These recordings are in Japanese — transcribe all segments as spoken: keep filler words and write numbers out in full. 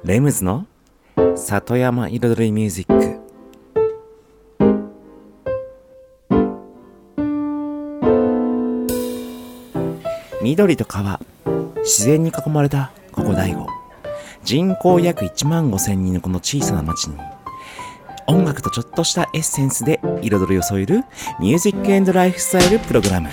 レムズの里山彩りミュージック。緑と川、自然に囲まれたここ大悟。人口約いちまんごせんにんのこの小さな町に、音楽とちょっとしたエッセンスで彩りを添えるミュージック&ライフスタイルプログラム。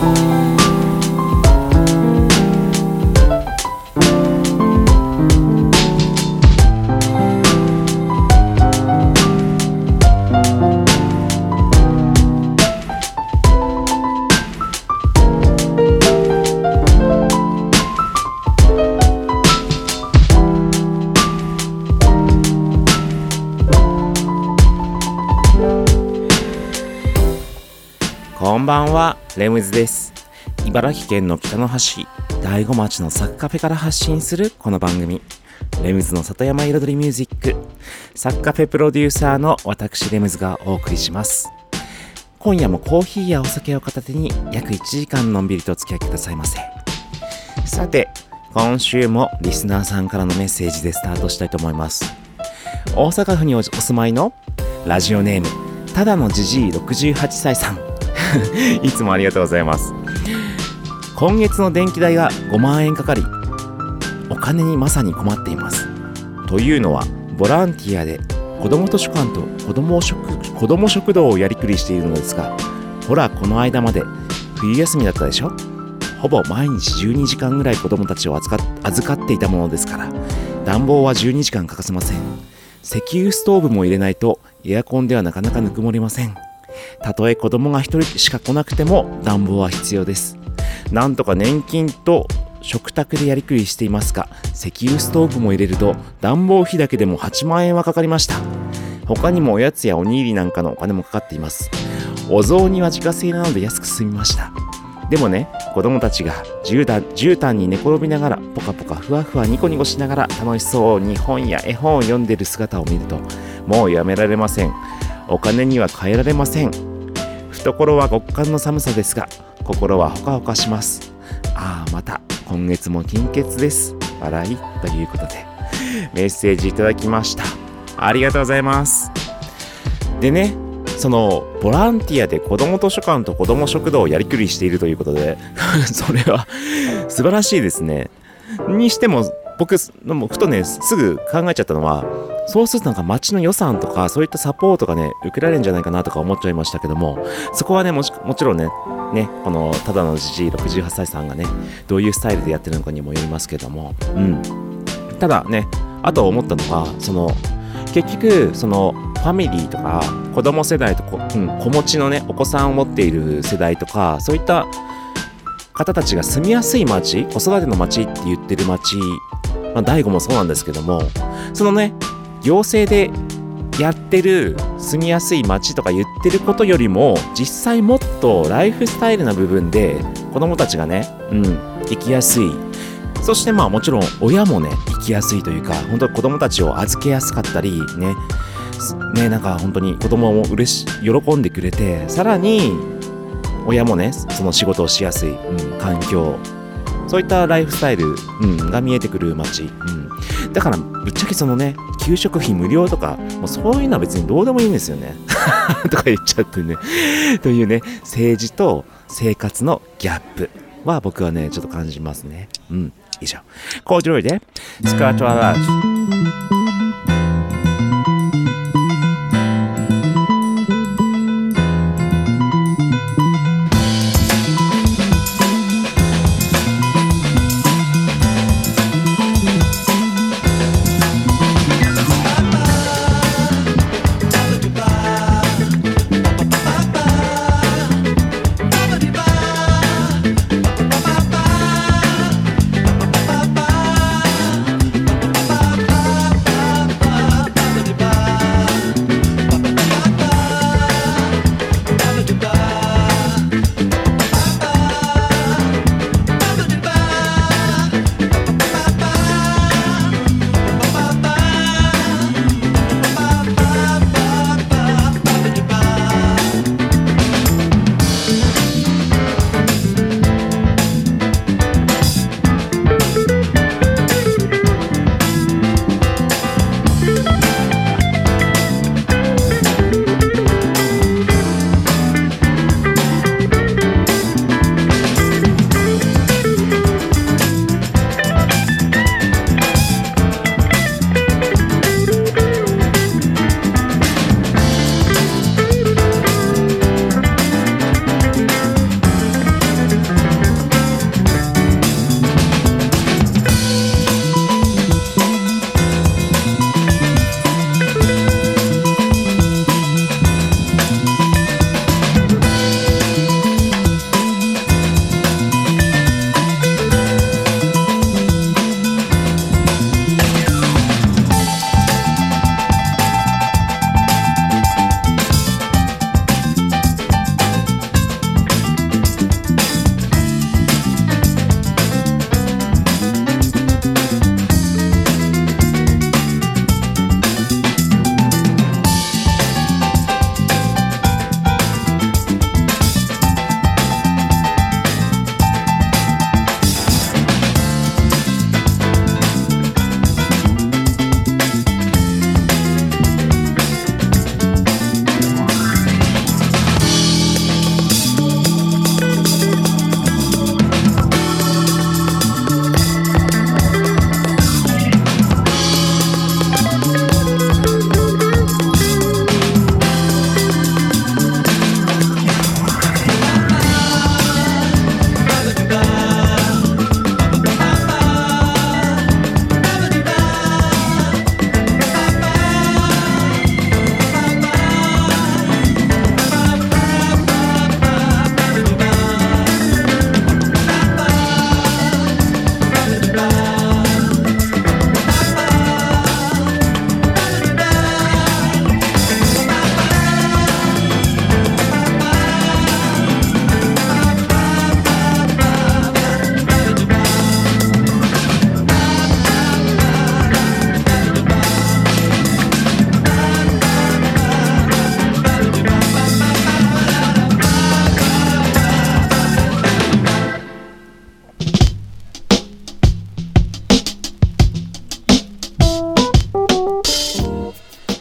こんばんは、レムズです。茨城県の北の端、大子町のサッカフェから発信するこの番組、レムズの里山彩りミュージック。サッカフェプロデューサーの私レムズがお送りします。今夜もコーヒーやお酒を片手に約いちじかんのんびりとお付き合いくださいませ。さて、今週もリスナーさんからのメッセージでスタートしたいと思います。大阪府にお住まいのラジオネームただのじじいろくじゅうはっさいさんいつもありがとうございます。今月の電気代がごまんえんかかり、お金にまさに困っています。というのは、ボランティアで子ども図書館と子ども食、子ども食堂をやりくりしているのですが、ほらこの間まで冬休みだったでしょ。ほぼ毎日じゅうにじかんぐらい子どもたちを預か、預かっていたものですから、暖房はじゅうにじかん欠かせません。石油ストーブも入れないとエアコンではなかなかぬくもりません。たとえ子供が一人しか来なくても暖房は必要です。なんとか年金と食卓でやりくりしていますが、石油ストーブも入れると暖房費だけでもはちまんえんはかかりました。他にもおやつやおにぎりなんかのお金もかかっています。お雑煮は自家製なので安く済みました。でもね、子供たちが絨毯、絨毯に寝転びながらポカポカふわふわニコニコしながら楽しそうに本や絵本を読んでる姿を見ると、もうやめられません。お金には変えられません。懐は極寒の寒さですが、心はほかほかします。ああ、また今月も金欠です。笑いということでメッセージいただきました。ありがとうございます。でね、そのボランティアで子ども図書館と子ども食堂をやりくりしているということでそれは素晴らしいですね。にしても僕もふとね、すぐ考えちゃったのは、そうするとなんか町の予算とかそういったサポートがね受けられるんじゃないかなとか思っちゃいましたけども、そこはね も, しもちろんねねこのただのじじいろくじゅうはっさいさんがねどういうスタイルでやってるのかにもよりますけども、うん、ただね、あと思ったのは、その結局そのファミリーとか子供世代とこ、うん、子持ちのねお子さんを持っている世代とか、そういった方たちが住みやすい町、子育ての町って言ってる町、まあ、大悟もそうなんですけども、そのね行政でやってる住みやすい街とか言ってることよりも、実際もっとライフスタイルな部分で子供たちがね、うん、生きやすい。そしてまあもちろん親もね生きやすいというか、本当に子供たちを預けやすかったりね、ね、なんか本当に子供も嬉し喜んでくれて、さらに親もねその仕事をしやすい、うん、環境、そういったライフスタイル、うん、が見えてくる街、うん、だからぶっちゃけそのね給食費無料とかもうそういうのは別にどうでもいいんですよねとか言っちゃってねというね、政治と生活のギャップは僕はねちょっと感じますね。うん、以上、コージロイでスカートアラージ。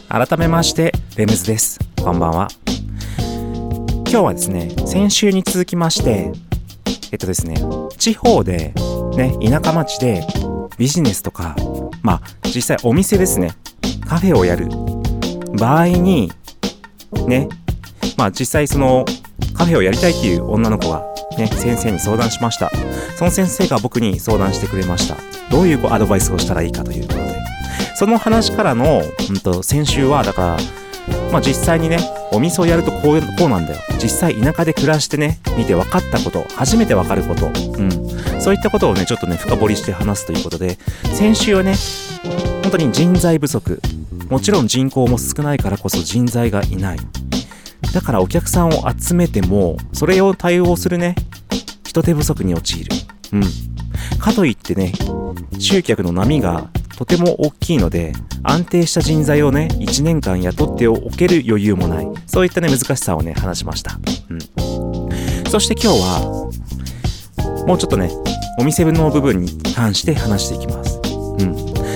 改めましてレムズです。こんばんは。今日はですね、先週に続きましてえっとですね地方でね、田舎町でビジネスとか、まあ実際お店ですね、カフェをやる場合にね、まあ実際そのカフェをやりたいっていう女の子がね、先生に相談しました。その先生が僕に相談してくれました。どういうアドバイスをしたらいいかということで、その話からの、うんと、先週はだから、まあ実際にね、お店をやるとこう、こうなんだよ。実際田舎で暮らしてね、見て分かったこと、初めて分かること、うん、そういったことをね、ちょっとね、深掘りして話すということで、先週はね、本当に人材不足、もちろん人口も少ないからこそ人材がいない。だからお客さんを集めても、それを対応するね、人手不足に陥る。うん。かといってね、集客の波がとても大きいので、安定した人材をね、いちねんかん雇っておける余裕もない。そういったね、難しさをね、話しました。うん。そして今日は、もうちょっとね、お店の部分に関して話していきます。うん。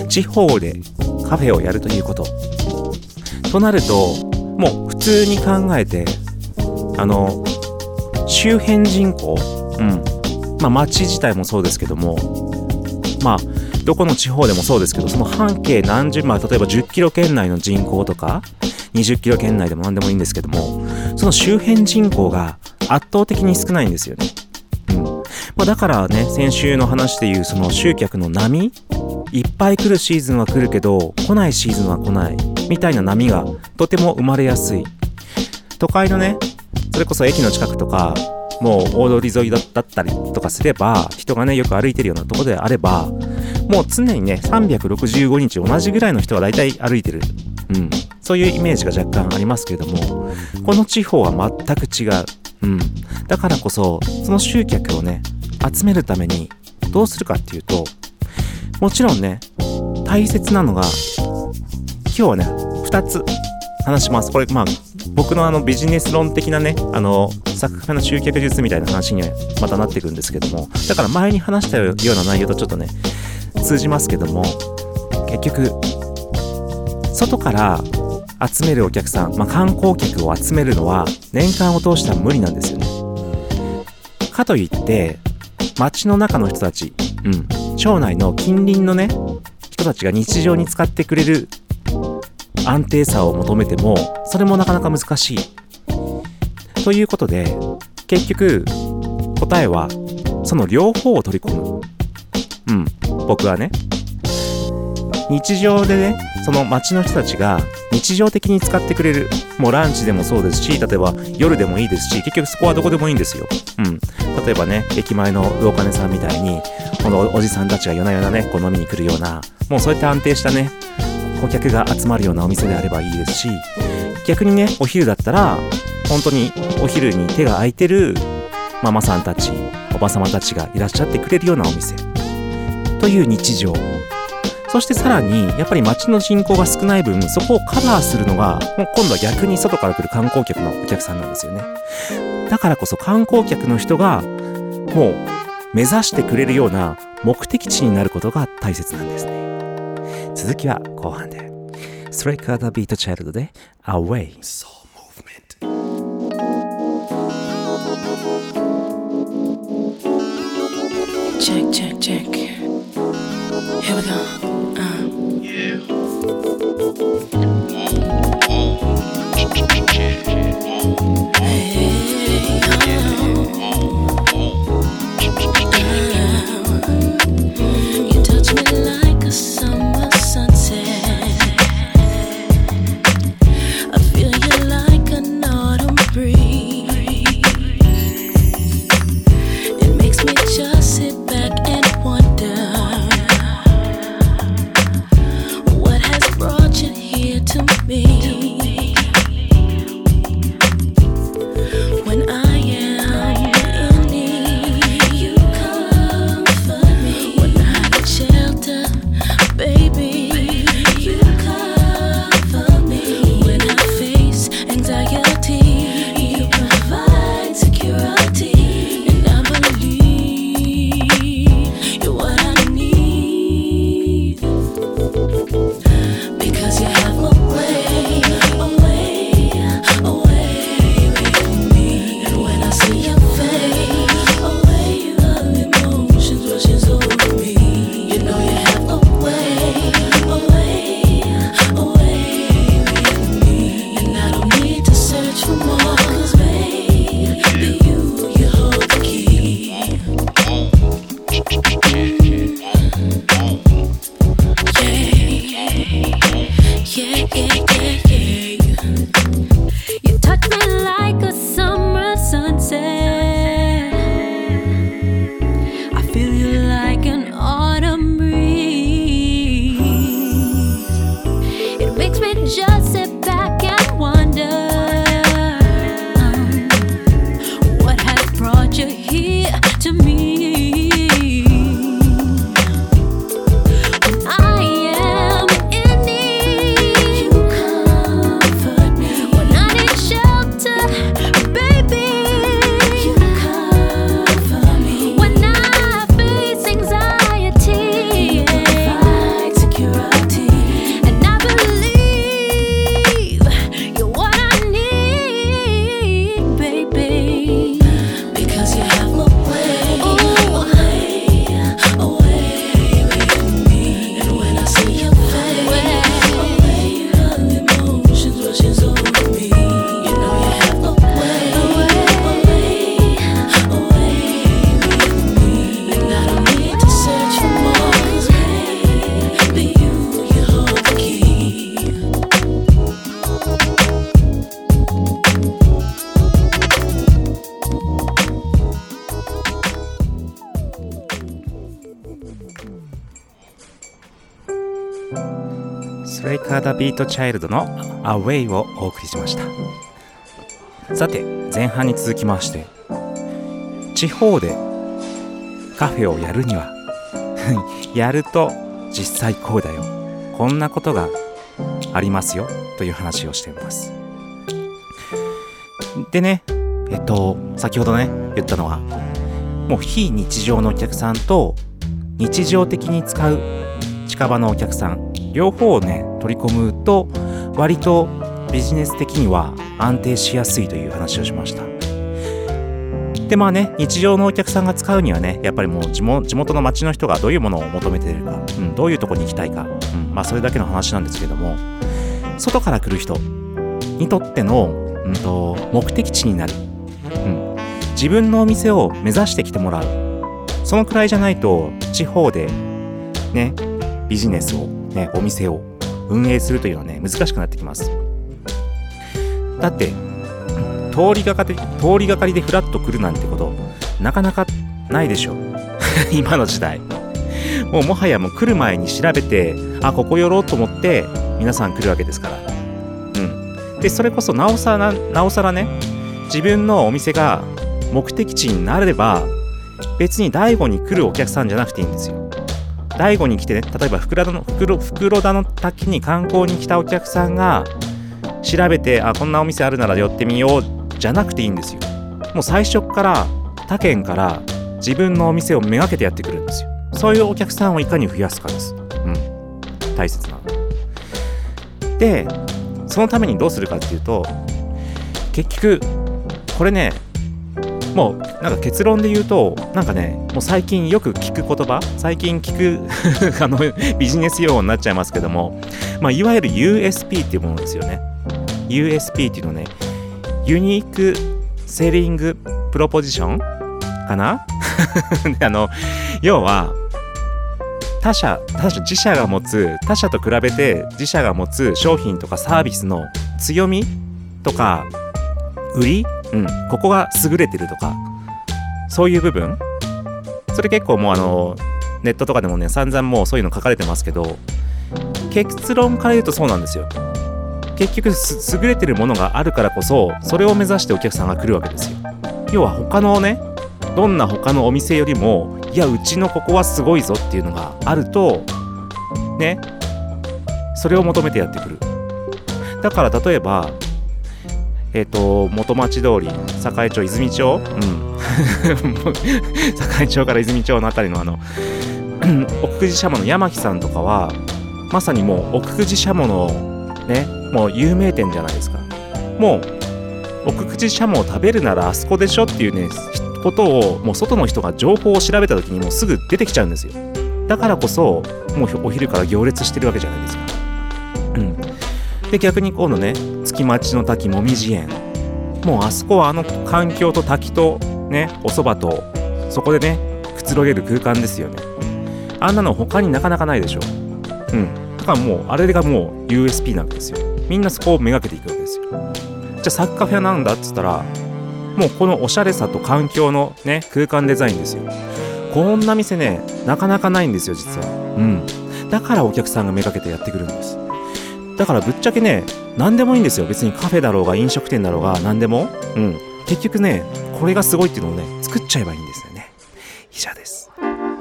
地方でカフェをやるということ。となると、もう普通に考えて、あの、周辺人口、うん。まあ町自体もそうですけども、まあ、どこの地方でもそうですけど、その半径何十、まあ例えばじゅっキロ圏内の人口とか、にじゅっキロ圏内でも何でもいいんですけども、その周辺人口が圧倒的に少ないんですよね。うん。まあだからね、先週の話でいうその集客の波、いっぱい来るシーズンは来るけど、来ないシーズンは来ない、みたいな波がとても生まれやすい。都会のね、それこそ駅の近くとか、もう大通り沿いだったりとかすれば、人がね、よく歩いてるようなところであれば、もう常にね、さんびゃくろくじゅうごにち同じぐらいの人が大体歩いてる。うん。そういうイメージが若干ありますけれども、この地方は全く違う。うん。だからこそ、その集客をね、集めるためにどうするかっていうと、もちろんね、大切なのが、今日はね、ふたつ話します。これ、まあ、僕のあのビジネス論的なね、あの、サッカフェの集客術みたいな話にはまたなっていくんですけども、だから前に話したような内容とちょっとね、通じますけども、結局、外から集めるお客さん、まあ観光客を集めるのは年間を通しては無理なんですよね。かといって、街の中の人たち、うん、町内の近隣のね、人たちが日常に使ってくれる安定さを求めても、それもなかなか難しい。ということで、結局、答えは、その両方を取り込む。うん、僕はね、日常でね、その街の人たちが日常的に使ってくれる、もうランチでもそうですし、例えば夜でもいいですし、結局そこはどこでもいいんですよ。うん。例えばね、駅前の魚金さんみたいに、このおじさんたちが夜な夜なね、こう飲みに来るような、もうそういった安定したね、顧客が集まるようなお店であればいいですし、逆にね、お昼だったら、本当にお昼に手が空いてるママさんたち、おばさまたちがいらっしゃってくれるようなお店という日常。そしてさらにやっぱり街の人口が少ない分、そこをカバーするのがもう今度は逆に外から来る観光客のお客さんなんですよね。だからこそ観光客の人がもう目指してくれるような目的地になることが大切なんですね。続きは後半で。ストレイカーダビートチャイルドで Away。 Check, check, check. Here we go. Uh. Yeah. Hey, oh. You touch me like a summer sunset. I feel you like an autumn breeze. It makes me just sit back and wonder what has brought you here to me. When I like an autumn breeze. It makes me just sit back and wonder what has brought you here to me. スレイカーダビートチャイルドのアウェイをお送りしました。さて前半に続きまして、地方でカフェをやるにはやると実際こうだよ、こんなことがありますよという話をしています。でね、えっと先ほどね言ったのは、もう非日常のお客さんと日常的に使う近場のお客さん両方をね取り込むと割とビジネス的には安定しやすいという話をしました。でまあね、日常のお客さんが使うにはね、やっぱりもう地元、地元の町の人がどういうものを求めているか、うん、どういうとこに行きたいか、うん、まあそれだけの話なんですけども、外から来る人にとっての、うん、と目的地になる、うん、自分のお店を目指してきてもらう、そのくらいじゃないと地方でねビジネスをねお店を運営するというのはね難しくなってきます。だって通りがかり通りがかりでフラッと来るなんてことなかなかないでしょ今の時代。もうもはやもう来る前に調べて、あここ寄ろうと思って皆さん来るわけですから。うんでそれこそなおさらなおさらね、自分のお店が目的地になれば別に第五に来るお客さんじゃなくていいんですよ。第五に来てね、例えば袋田の袋袋田の滝に観光に来たお客さんが調べて、あこんなお店あるなら寄ってみようじゃなくていいんですよ。もう最初から他県から自分のお店をめがけてやってくるんですよ。そういうお客さんをいかに増やすかです。うん大切なので、そのためにどうするかっていうと、結局これね、もうなんか結論で言うと、なんかねもう最近よく聞く言葉、最近聞くあのビジネス用語になっちゃいますけども、まあいわゆる ユーエスピー っていうものですよね。 ユーエスピー っていうのね、ユニークセリングプロポジションかなあの要は他社他社自社が持つ他社と比べて自社が持つ商品とかサービスの強みとか売り、うん、ここが優れてるとか、そういう部分、それ結構もうあのネットとかでもね散々もうそういうの書かれてますけど、結論から言うとそうなんですよ。結局優れてるものがあるからこそ、それを目指してお客さんが来るわけですよ。要は他のね、どんな他のお店よりも、いやうちのここはすごいぞっていうのがあるとね、それを求めてやってくる。だから例えばえっと元町通り、栄町、泉町、うん栄町から泉町のあたりのあの奥久慈しゃもの山木さんとかはまさにもう奥久慈しゃものね、もう有名店じゃないですか。もう奥久慈しゃもを食べるならあそこでしょっていうねことを、もう外の人が情報を調べた時にもうすぐ出てきちゃうんですよ。だからこそもうお昼から行列してるわけじゃないですか。うんで逆に今度ね、月町の滝もみじ園、もうあそこはあの環境と滝とねお蕎麦とそこでねくつろげる空間ですよね。あんなの他になかなかないでしょ。うんだからもうあれがもう ユーエスピー なわけですよ。みんなそこをめがけていくわけですよ。じゃあサッカフェなんだっつったら、もうこのおしゃれさと環境のね空間デザインですよ。 こんな店ねなかなかないんですよ実は。うんだからお客さんがめがけてやってくるんです。だからぶっちゃけね何でもいいんですよ。別にカフェだろうが飲食店だろうが何でも、うん、結局ねこれがすごいっていうのをね作っちゃえばいいんですよね。以上です。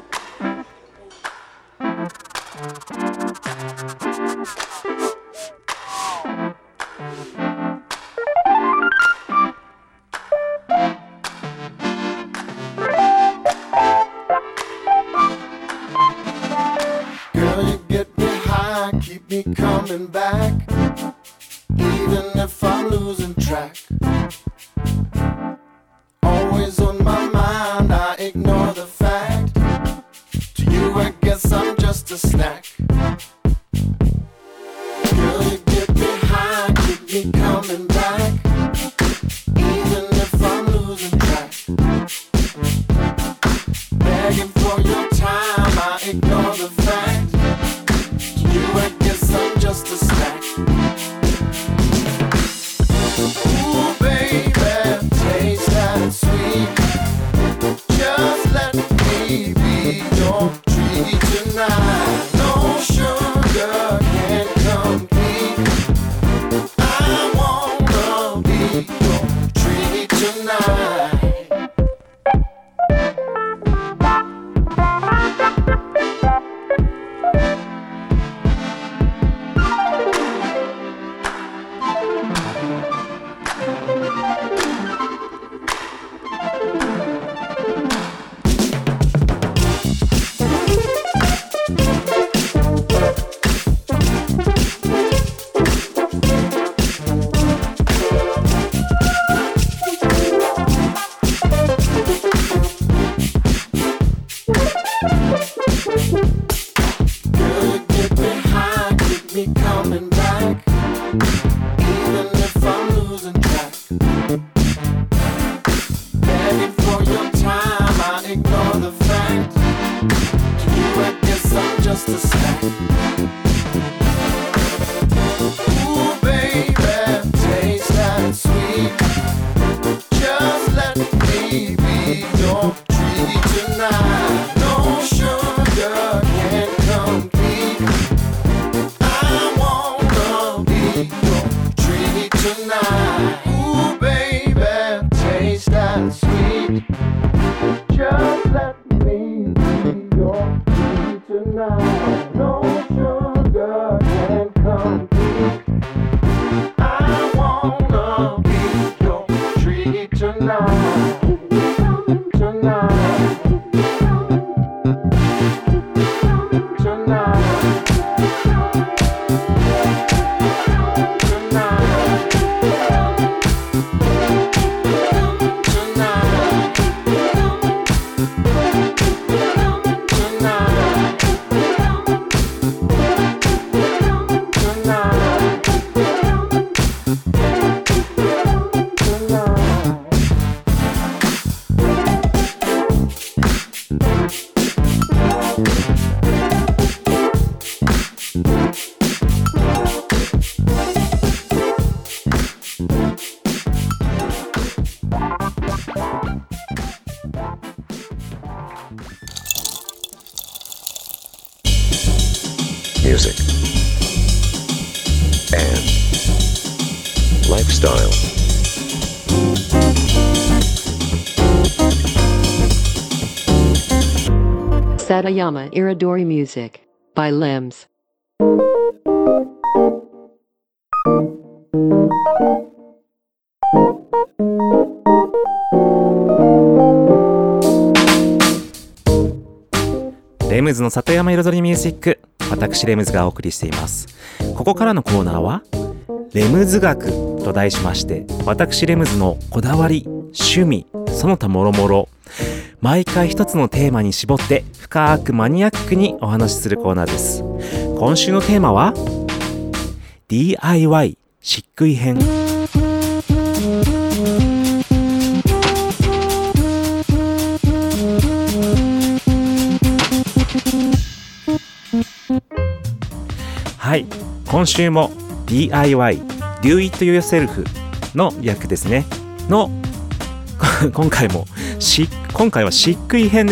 Coming back, even if I'm losing track. Always on my mind, I ignore the fact. To you, I guess I'm just a snack. Girl, you get me high, keep me coming back, even if I'm losing track. Begging for your time, I ignore the fact. To you, I guess I'm just a snack. Ooh, baby, taste that sweet. Just let me be your treat tonight. No sugar can compete. I wanna be your treat tonight. Music and lifestyle. Satayama Iridori Music by Lems. レムズの里山彩りミュージック、私レムズがお送りしています。ここからのコーナーはレムズ学と題しまして、私レムズのこだわり、趣味、その他もろもろ、毎回一つのテーマに絞って深くマニアックにお話しするコーナーです。今週のテーマは ディーアイワイ 漆喰編。はい、今週も ディーアイワイ Do It Yourself の略ですねの今回もし今回は漆喰編です。そ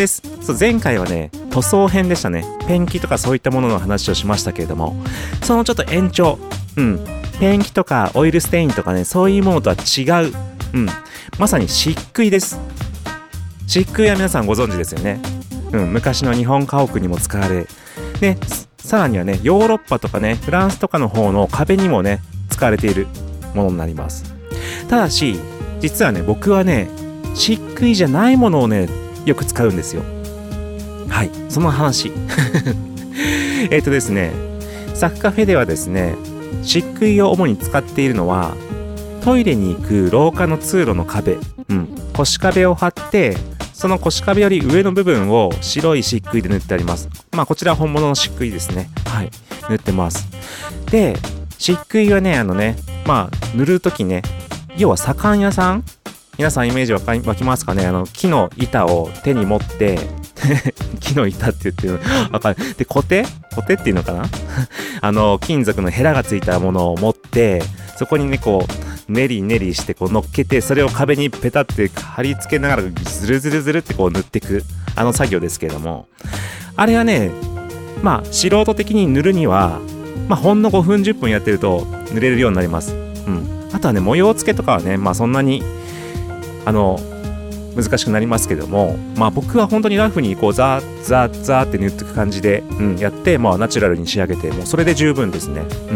と前回はね塗装編でしたね。ペンキとかそういったものの話をしましたけれども、そのちょっと延長、うんペンキとかオイルステインとかね、そういうものとは違う、うんまさに漆喰です。漆喰は皆さんご存知ですよね。うん、昔の日本家屋にも使われ、ね、さらにはね、ヨーロッパとかね、フランスとかの方の壁にもね、使われているものになります。ただし、実はね、僕はね、漆喰じゃないものをね、よく使うんですよ。はい、その話。えっとですね、サクカフェではですね、漆喰を主に使っているのは、トイレに行く廊下の通路の壁、うん、腰壁を張って、その腰壁より上の部分を白い漆喰で塗ってあります。まあこちらは本物の漆喰ですね。はい、塗ってます。で、漆喰はね、あのね、まあ塗るときね、要は左官屋さん、皆さんイメージわかり、湧きますかね。あの木の板を手に持って木の板って言ってるのわかる。で、コテコテっていうのかなあの金属のヘラがついたものを持って、そこにねこう練り練りしてこう乗っけて、それを壁にペタって貼り付けながらズルズルズルってこう塗っていくあの作業ですけれども、あれはね、まあ素人的に塗るには、まあほんのごふんじゅっぷんやってると塗れるようになります。うん。あとはね、模様付けとかはね、まあそんなにあの難しくなりますけども、まあ僕は本当にラフにこうザーザーザーって塗っていく感じで、うん、やって、まあナチュラルに仕上げて、もうそれで十分ですね。うん。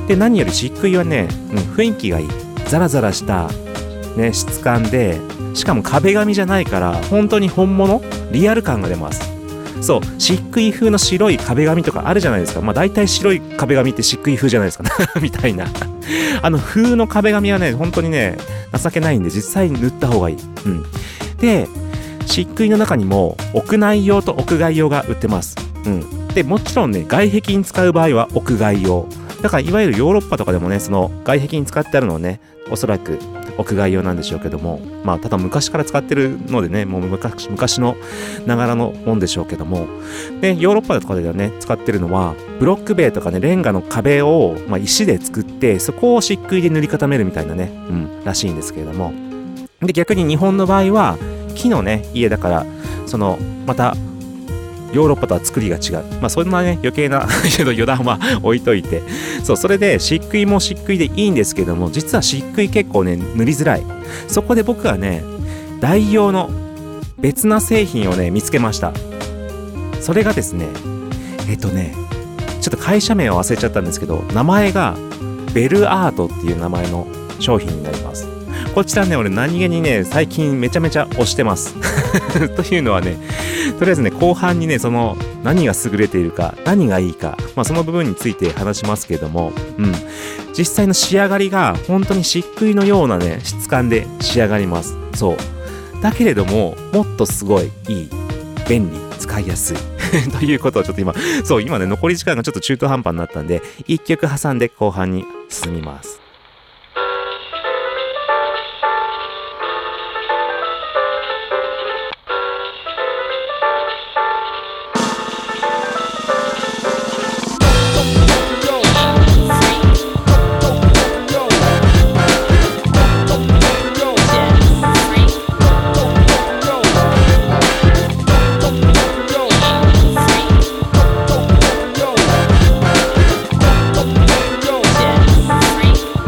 で、何より漆喰はね、うん、雰囲気がいい。ザラザラしたね質感で、しかも壁紙じゃないから本当に本物、リアル感が出ます。そう、漆喰風の白い壁紙とかあるじゃないですか。まあ大体白い壁紙って漆喰風じゃないですかみたいなあの風の壁紙はね、本当にね情けないんで、実際に塗った方がいい。うん。で、漆喰の中にも屋内用と屋外用が売ってます。うん。で、もちろんね、外壁に使う場合は屋外用。だからいわゆるヨーロッパとかでもね、その外壁に使ってあるのはね、おそらく屋外用なんでしょうけども、まあただ昔から使ってるのでね、もう昔昔のながらのもんでしょうけども、でヨーロッパとかではね使ってるのはブロック塀とかね、レンガの壁を、まあ、石で作って、そこを漆喰で塗り固めるみたいなね、うんらしいんですけれども、で逆に日本の場合は木のね家だから、そのまたヨーロッパとは作りが違う。まあそんなね余計な余談は置いといて、そう、それで漆喰も漆喰でいいんですけども、実は漆喰結構ね塗りづらい。そこで僕はね代用の別な製品をね見つけました。それがですね、えっとねちょっと会社名を忘れちゃったんですけど、名前がベルアートっていう名前の商品になります。こちらね、俺何気にね最近めちゃめちゃ推してますというのはね、とりあえずね後半にねその何が優れているか、何がいいか、まあその部分について話しますけれども、うん、実際の仕上がりが本当に漆喰のようなね質感で仕上がります。そうだけれども、もっとすごいいい、便利、使いやすいということをちょっと今、そう今ね残り時間がちょっと中途半端になったんで、一曲挟んで後半に進みます。 Freak.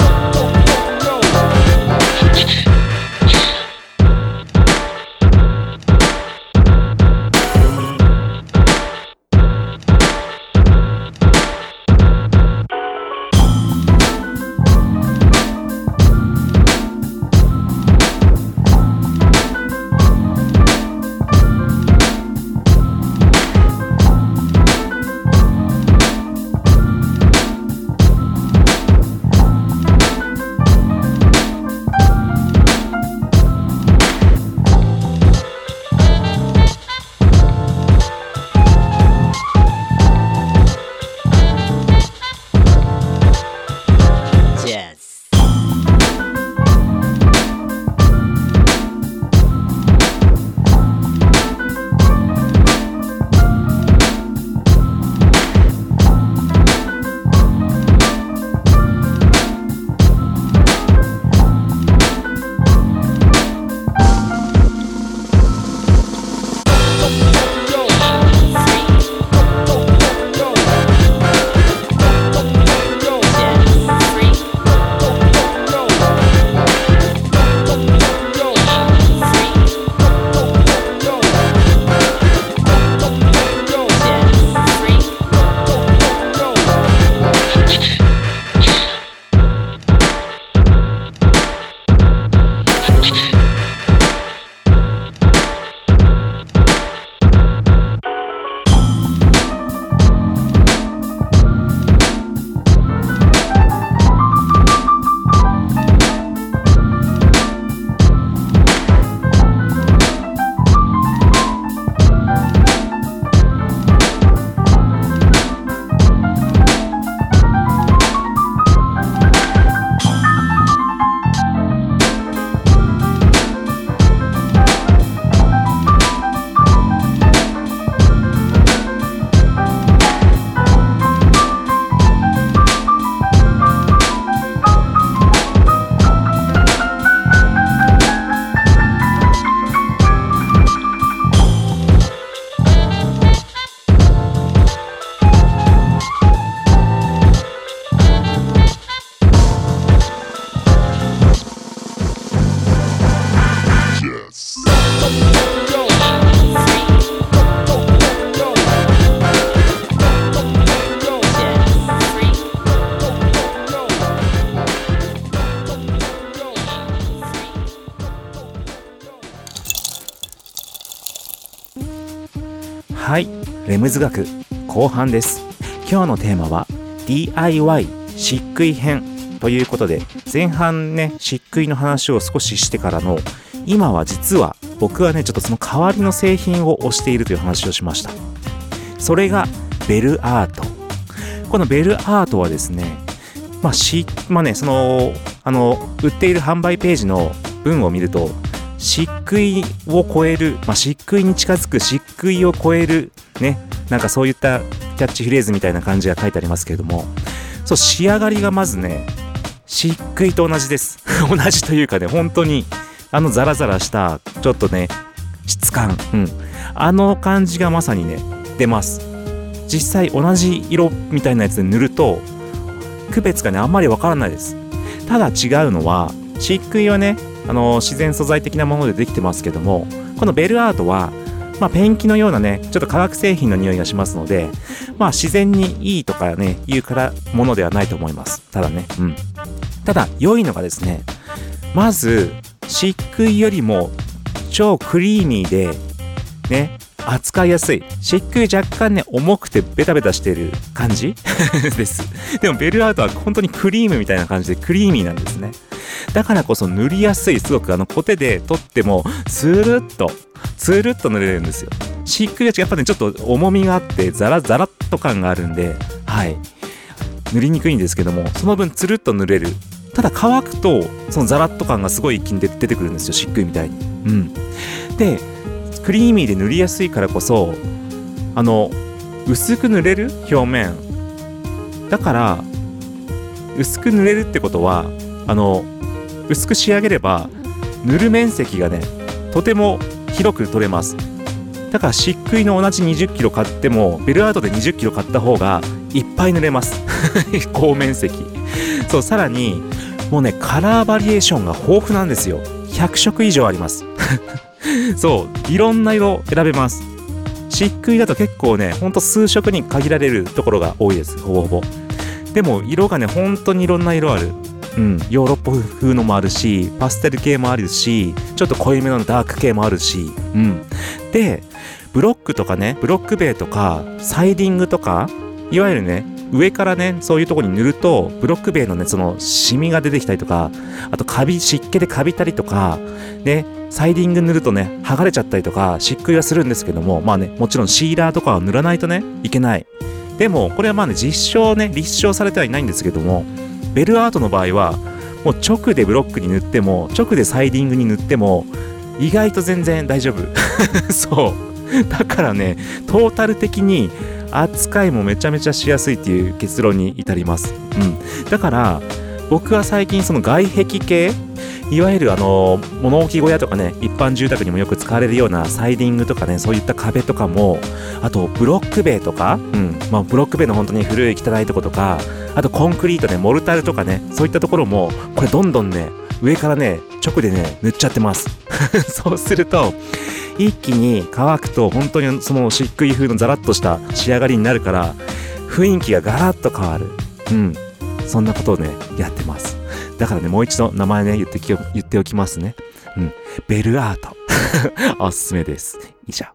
レムズ学後半です。今日のテーマは ディーアイワイ 漆喰編ということで、前半ね漆喰の話を少ししてからの、今は実は僕はねちょっとその代わりの製品を推しているという話をしました。それがベルアート。このベルアートはですね、まあしまあねそのあの売っている販売ページの文を見ると、漆喰を超える、まあ、漆喰に近づく漆喰を超えるね、なんかそういったキャッチフレーズみたいな感じが書いてありますけれども、そう仕上がりがまずね漆喰と同じです同じというかね、本当にあのザラザラしたちょっとね質感、うん、あの感じがまさにね出ます。実際同じ色みたいなやつで塗ると区別がねあんまりわからないです。ただ違うのは、漆喰はねあの自然素材的なものでできてますけども、このベルアートは、まあ、ペンキのようなねちょっと化学製品の匂いがしますので、まあ自然にいいとかねいうからものではないと思います。ただね、うん、ただ良いのがですね、まず漆喰よりも超クリーミーでね扱いやすい。漆喰若干ね重くてベタベタしてる感じですでもベルアートは本当にクリームみたいな感じでクリーミーなんですね。だからこそ塗りやすい、すごくあのコテで取ってもスルッとスルッと塗れるんですよ。漆喰はやっぱねちょっと重みがあってザラザラっと感があるんで、はい塗りにくいんですけども、その分つるっと塗れる。ただ乾くとそのザラッと感がすごい一気に出てくるんですよ、漆喰みたいに。うんでクリーミーで塗りやすいからこそ、あの薄く塗れる表面だから、薄く塗れるってことはあの薄く仕上げれば塗る面積がねとても広く取れます。だから漆喰の同じにじゅっキロ買ってもベルアートでにじゅっキロ買った方がいっぱい塗れます高面積。そう、さらにもうねカラーバリエーションが豊富なんですよ。ひゃくしょく以上ありますそういろんな色選べます。漆喰だと結構ねほんと数色に限られるところが多いです、ほぼほぼ。でも色がね本当にいろんな色ある。うん、ヨーロッパ風のもあるし、パステル系もあるし、ちょっと濃いめのダーク系もあるし、うん。で、ブロックとかね、ブロック塀とか、サイディングとか、いわゆるね、上からね、そういうところに塗ると、ブロック塀のね、その、シミが出てきたりとか、あと、カビ、湿気でカビたりとか、ね、サイディング塗るとね、剥がれちゃったりとか、漆喰はするんですけども、まあね、もちろんシーラーとかは塗らないとね、いけない。でも、これはまあね、実証ね、立証されてはいないんですけども、ベルアートの場合はもう直でブロックに塗っても直でサイディングに塗っても意外と全然大丈夫そうだからねトータル的に扱いもめちゃめちゃしやすいっていう結論に至ります、うん、だから僕は最近その外壁系、いわゆるあの物置小屋とかね一般住宅にもよく使われるようなサイディングとかね、そういった壁とかも、あとブロック塀とか、うんまあ、ブロック塀の本当に古い汚いとことか、あとコンクリートねモルタルとかね、そういったところもこれどんどんね上からね直でね塗っちゃってますそうすると一気に乾くと本当にその漆喰風のザラッとした仕上がりになるから、雰囲気がガラッと変わる。うんそんなことをねやってます。だからねもう一度名前ね言ってき言っておきますね。うん、ベルアートおすすめです。以上。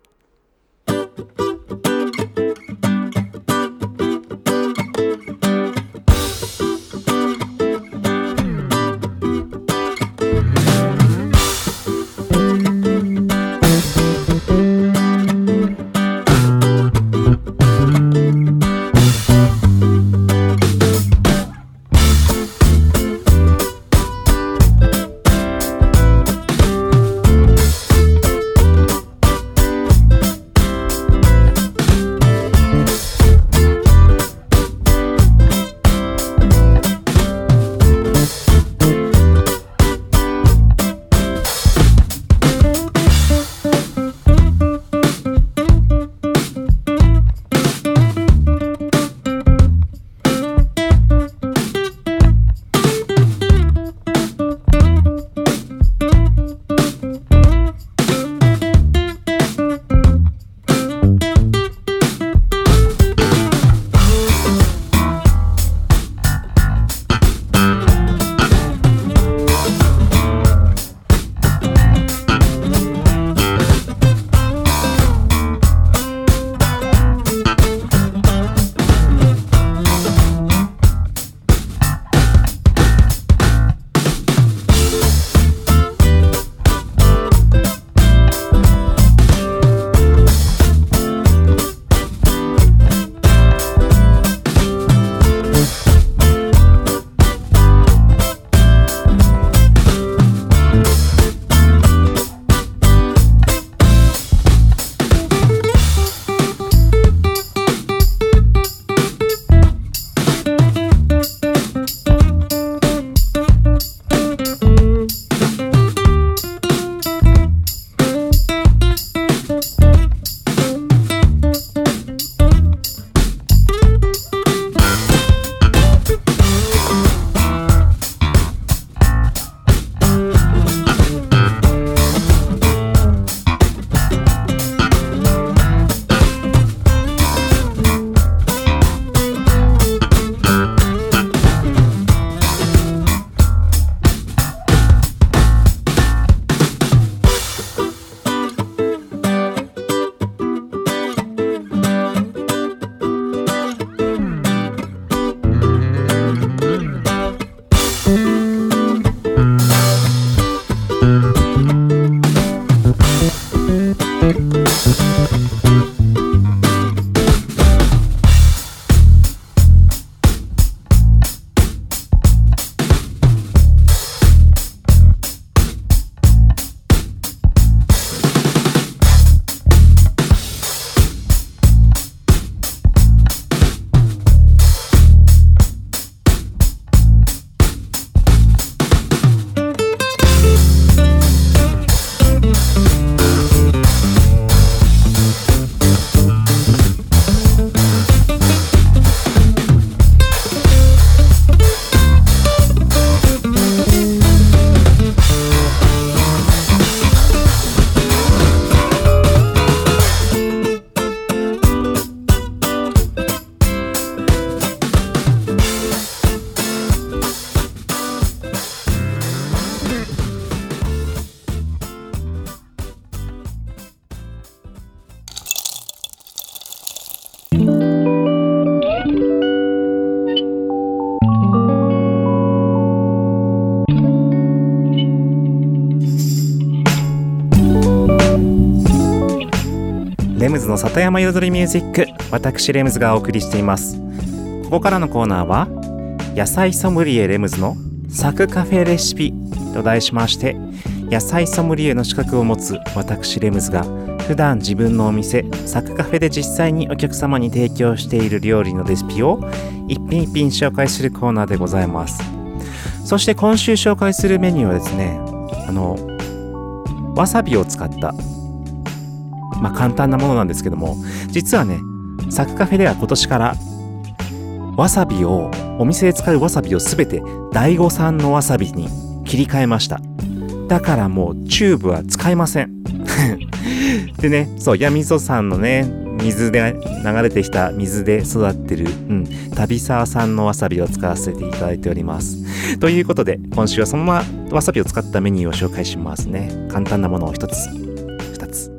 ズの里山彩りミュージック、私レムズがお送りしています。ここからのコーナーは野菜ソムリエレムズのサクカフェレシピと題しまして、野菜ソムリエの資格を持つ私レムズが普段自分のお店サクカフェで実際にお客様に提供している料理のレシピを一品一品紹介するコーナーでございます。そして今週紹介するメニューはですね、あのわさびを使ったまあ簡単なものなんですけども、実はねサクカフェでは今年からわさびをお店で使うわさびをすべて大悟産のわさびに切り替えました。だからもうチューブは使いませんでね、そう闇磯さんのね水で流れてきた水で育ってる、うん、旅沢産のわさびを使わせていただいております。ということで今週はそのままわさびを使ったメニューを紹介しますね。簡単なものを一つ二つ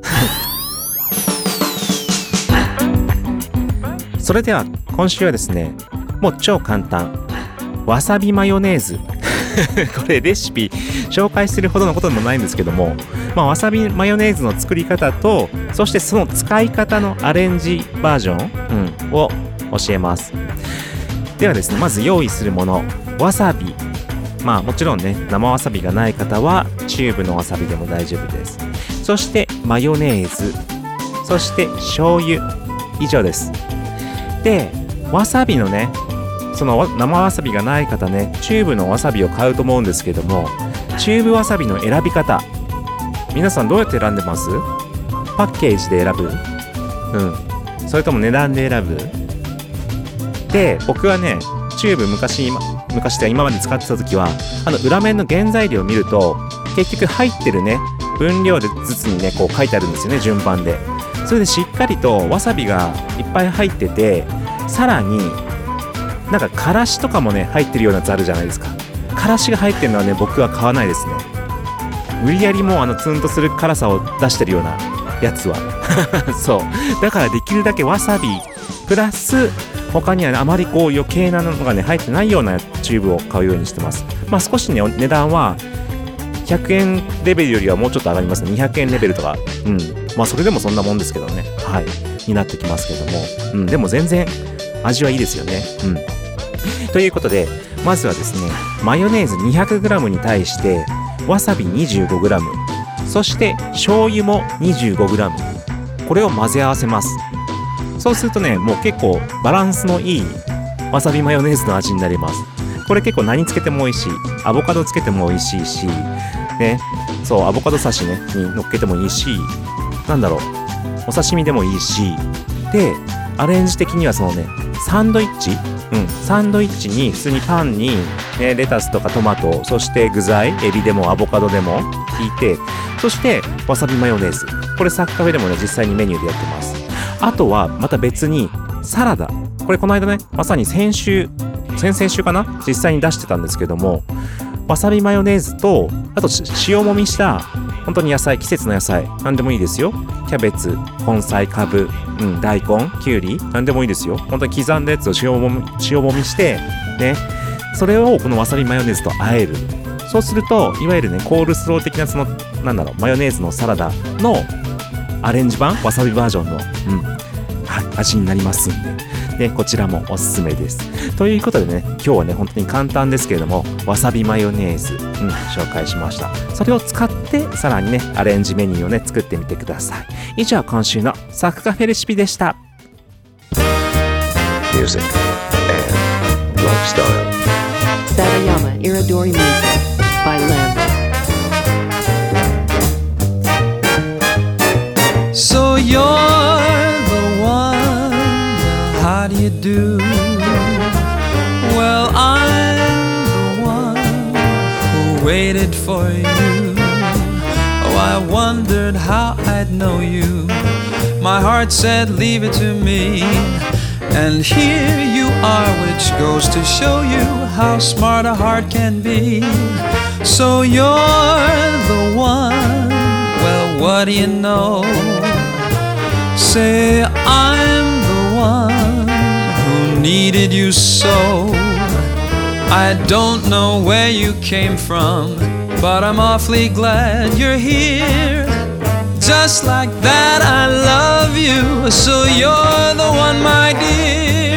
それでは今週はですね、もう超簡単わさびマヨネーズこれレシピ紹介するほどのことでもないんですけども、まあ、わさびマヨネーズの作り方と、そしてその使い方のアレンジバージョン、うん、を教えます。ではですね、まず用意するもの、わさび、まあもちろんね生わさびがない方はチューブのわさびでも大丈夫です。そしてマヨネーズ、そして醤油、以上です。でわさびのね、その生わさびがない方ね、チューブのわさびを買うと思うんですけども、チューブわさびの選び方、皆さんどうやって選んでます？パッケージで選ぶ？うん。それとも値段で選ぶ？で、僕はね、チューブ昔、昔で今まで使ってた時は、あの裏面の原材料を見ると、結局入ってるね、分量でずつにね、こう書いてあるんですよね、順番で。それでしっかりとわさびがいっぱい入ってて、さらに、なんかからしとかもね入ってるようなやつあるじゃないですか。からしが入ってるのはね僕は買わないですね。無理やりもうあのツンとする辛さを出してるようなやつはそうだからできるだけわさびプラス他には、ね、あまりこう余計なのがね入ってないようなチューブを買うようにしてます。まあ少しね値段はひゃくえんレベルよりはもうちょっと上がりますね。にひゃくえんレベルとか、うんまあそれでもそんなもんですけどね、はいになってきますけども、うんでも全然味はいいですよね。うんということで、まずはですね、マヨネーズ にひゃくグラム に対してわさび にじゅうごグラム、 そして醤油も にじゅうごグラム、 これを混ぜ合わせます。そうするとね、もう結構バランスのいいわさびマヨネーズの味になります。これ結構何つけても美味しい、アボカドつけても美味しいしね、そうアボカド刺しねに乗っけてもいいし、なんだろうお刺身でもいいし、でアレンジ的にはそのねサンドイッチ、うん、サンドイッチに普通にパンに、ね、レタスとかトマト、そして具材、エビでもアボカドでも引いて、そしてわさびマヨネーズ、これサクカフェでもね実際にメニューでやってます。あとはまた別にサラダ、これこの間ねまさに先週先々週かな実際に出してたんですけども、わさびマヨネーズとあと塩もみした本当に野菜、季節の野菜何でもいいですよ。キャベツ、根菜、カブ、うん、大根、きゅうり何でもいいですよ。本当に刻んだやつを塩もみ、塩もみしてね、それをこのわさびマヨネーズと和える。そうするといわゆるねコールスロー的なそのなんだろうマヨネーズのサラダのアレンジ版わさびバージョンの、うんはい、味になりますんで、ね、こちらもおすすめです。ということでね、今日はね本当に簡単ですけれどもわさびマヨネーズ、うん、紹介しました。それを使ってさらにねアレンジメニューをね作ってみてください。以上今週のサクカフェレシピでした。 Music and lifestyle. Satayama Iridori Music by Lems. So you're the one, how do you do? Well, I'm the one who waited for you. Oh, I wondered how I'd know you. My heart said leave it to me, and here you are, which goes to show you how smart a heart can be. So you're the one, well, what do you know? Say I'm the one who needed you so. I don't know where you came from, but I'm awfully glad you're here. Just like that I love you, so you're the one, my dear.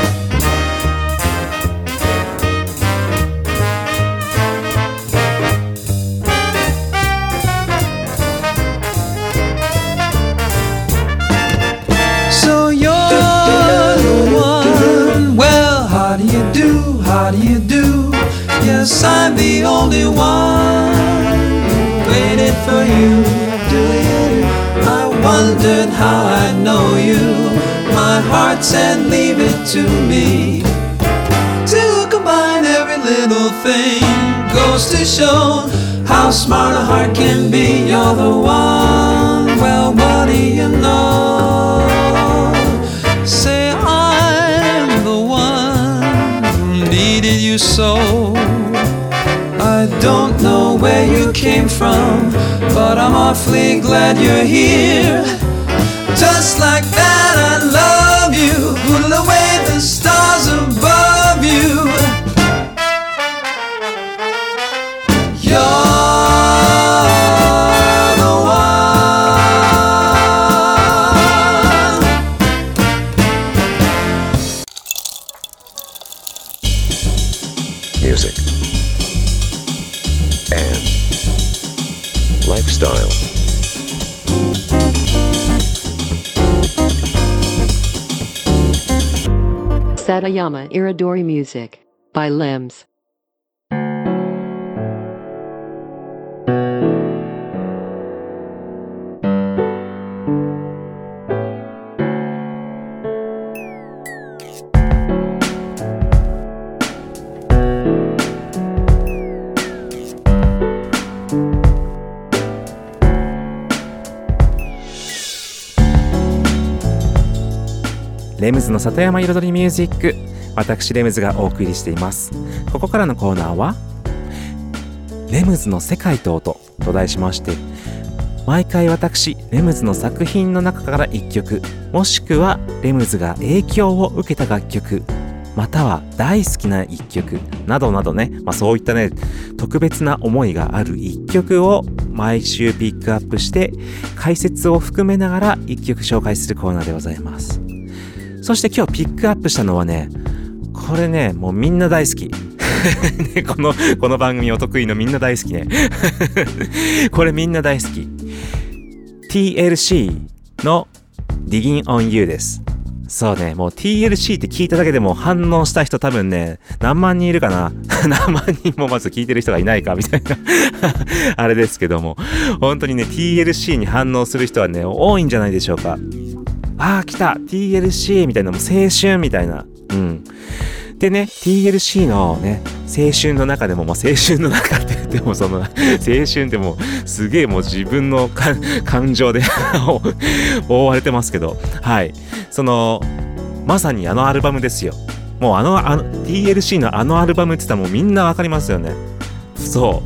So you're the one. Well, how do you do, how do you do? Yes, I'm the only one who waited for you. Do you? I wondered how I know you. My heart said leave it to me. To combine every little thing goes to show how smart a heart can be. You're the one. Well, what do you know? Say I'm the one who needed you so. I don't know where you came from, but I'm awfully glad you're here. Just like that I love you. Put away the stars above you. You're the one. Music and lifestyle. Satayama Iridori Music by Lems. レムズの里山彩りミュージック、私レムズがお送りしています。ここからのコーナーはレムズの世界と音と題しまして、毎回私レムズの作品の中からいっきょく、もしくはレムズが影響を受けた楽曲、または大好きないっきょくなどなどね、まあ、そういったね特別な思いがあるいっきょくを毎週ピックアップして解説を含めながらいっきょく紹介するコーナーでございます。そして今日ピックアップしたのはね、これね、もうみんな大好き。ね、この、この番組お得意のみんな大好きね。これみんな大好き。ティーエルシー の Digging on You です。そうね、もう ティーエルシー って聞いただけでも反応した人多分ね、何万人いるかな。何万人もまず聞いてる人がいないかみたいな。あれですけども、本当にね、ティーエルシー に反応する人はね、多いんじゃないでしょうか。あー来た ティーエルシー みたいな、もう青春みたいな。うん。でね、ティーエルシー のね、青春の中でも、まあ、青春の中って言っても、その、青春ってもう、すげえもう自分の感情で覆われてますけど、はい。その、まさにあのアルバムですよ。もうあの、あの、ティーエルシー のあのアルバムって言ったらもうみんなわかりますよね。そう。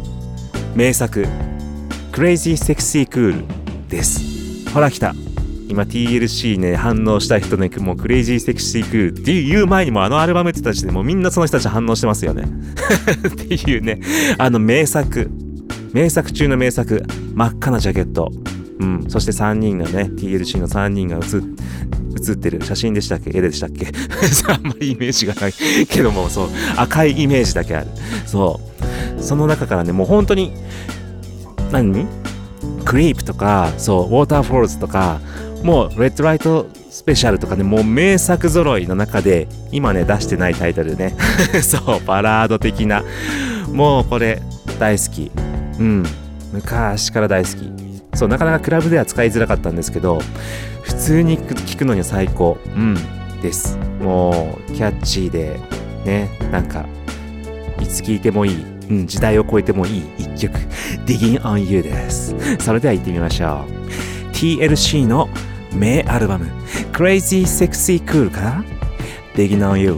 名作、Crazy Sexy Cool です。ほら来た。今 ティーエルシー ね反応した人ね、もうクレイジーセクシークールっていう前にもあのアルバムって人たちでもうみんなその人たち反応してますよねっていうね、あの名作名作中の名作、真っ赤なジャケット、うん、そしてさんにんがね ティーエルシー のさんにんが写写ってる写真でしたっけ、絵でしたっけあんまりイメージがないけども、そう赤いイメージだけある。そうその中からね、もう本当に何クリープとか、そうウォーターフォールズとか、もうレッドライトスペシャルとかね、もう名作揃いの中で今ね出してないタイトルねそうバラード的な、もうこれ大好き。うん、昔から大好き。そうなかなかクラブでは使いづらかったんですけど、普通に聴くのには最高、うんです。もうキャッチーでね、なんかいつ聴いてもいい、うん、時代を超えてもいい一曲 Digging on You です。それでは行ってみましょう。 ティーエルシー の名アルバム Crazy Sexy Cool から Digging on You。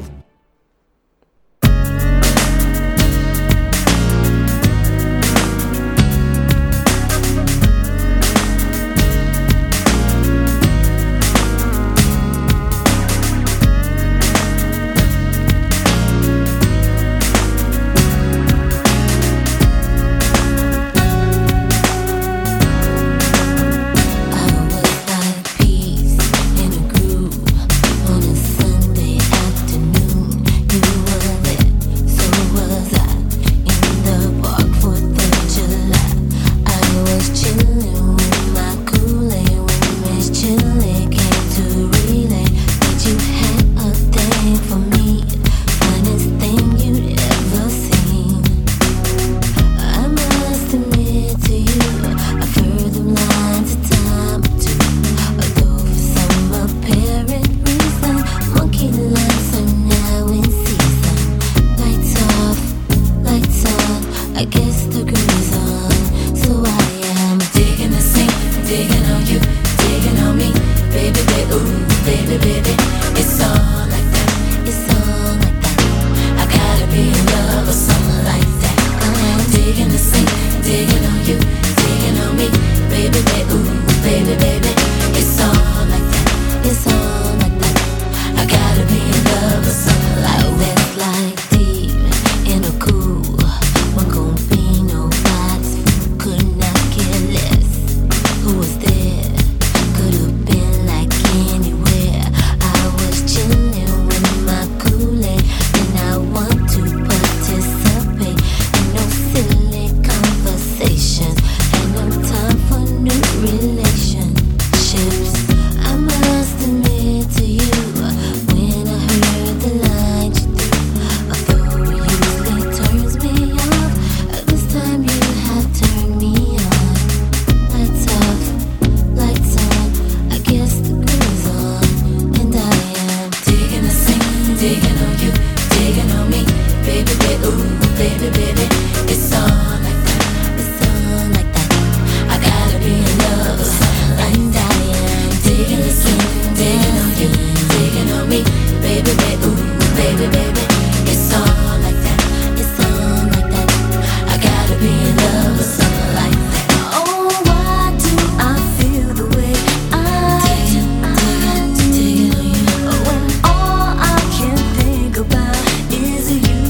digging on you, digging on me, baby, baby, ooh, baby, baby. It's all like that, it's all like that. I gotta be in love with something like that. Digging the scene, digging on you, digging on me, baby, baby, ooh, baby, baby. It's all like that, it's all like that. I gotta be in love with something like that. Oh, why do I feel the way I digging, digging, digging on you when all I can think about is you?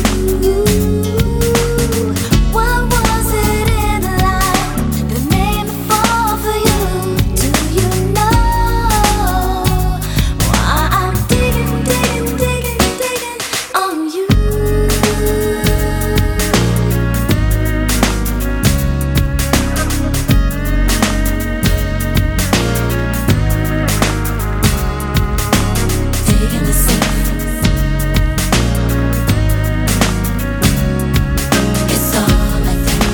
What was it in the light that made me fall for you? Do you know why I'm digging, digging, digging, digging on you? Digging the scene. It's all like that.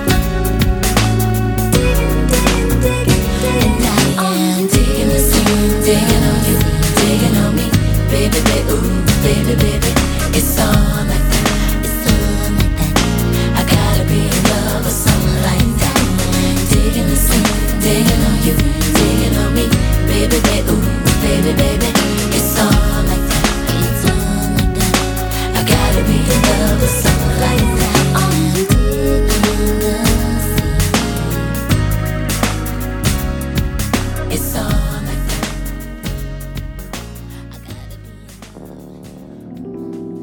Digging, digging, digging, digging. And I am digging the scene, digging on you, digging on me, baby, baby, ooh, baby, baby. It's all like that, it's all like that. I gotta be in love with something like that. Digging the scene, digging on you, digging on me, baby, baby, ooh, baby, baby. It's all like that, it's all like that. I gotta be in love with something like that. Oh, you digging the scene. It's all like that. I gotta be in love.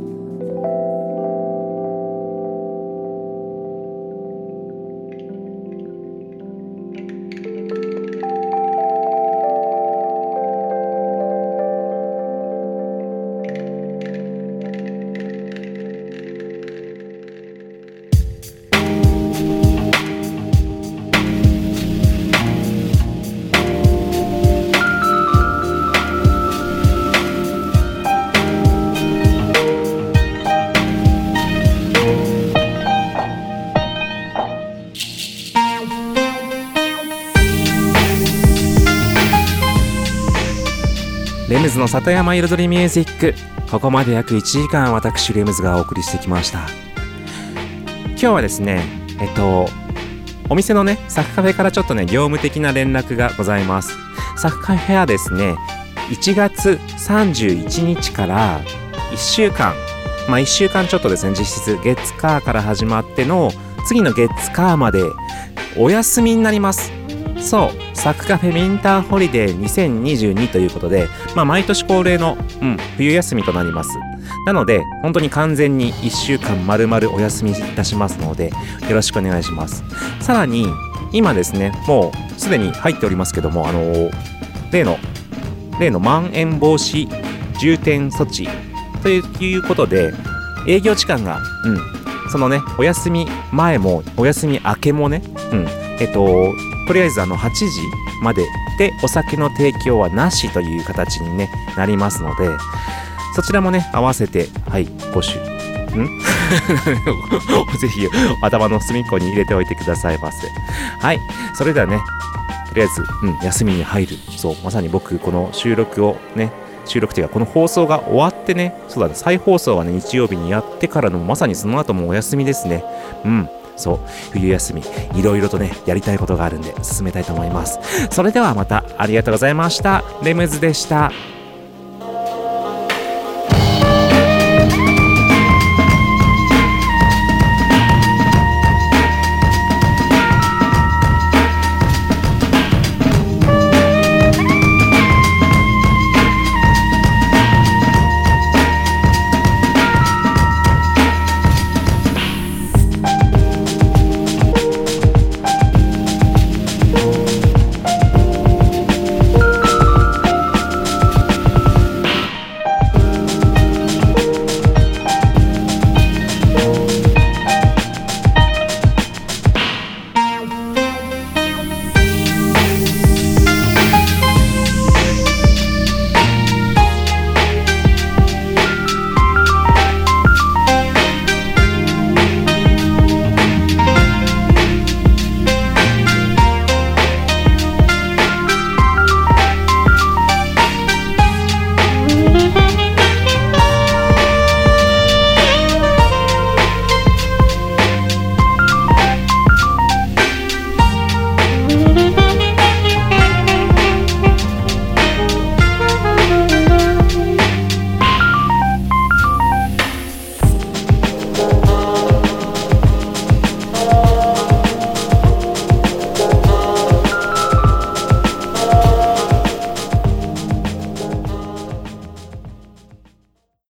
レムズの里山彩りミュージック、ここまで約いちじかん私レムズがお送りしてきました。今日はですねえっとお店のねサクカフェからちょっとね業務的な連絡がございます。サクカフェはですねいちがつさんじゅういちにちからいっしゅうかん、まあいっしゅうかんちょっとですね、実質月火から始まっての次の月火までお休みになります。そう、サクカフェウィンターホリデーにせんにじゅうにということで、まあ毎年恒例の、うん、冬休みとなります。なので本当に完全にいっしゅうかん丸々お休みいたしますのでよろしくお願いします。さらに今ですね、もうすでに入っておりますけども、あのー、例の例のまん延防止重点措置ということで営業時間が、うん、そのねお休み前もお休み明けもね、うん、えっととりあえずあのはちじまででお酒の提供はなしという形に、ね、なりますので、そちらもね合わせてはいごしゅんぜひ頭の隅っこに入れておいてくださいませ。はい、それではねとりあえず、うん、休みに入る。そう、まさに僕この収録をね収録というかこの放送が終わってね、そうだね、再放送はね日曜日にやってからのまさにその後もお休みですね。うん、そう、冬休みいろいろとねやりたいことがあるんで進めたいと思います。それではまたありがとうございました。レムズでした。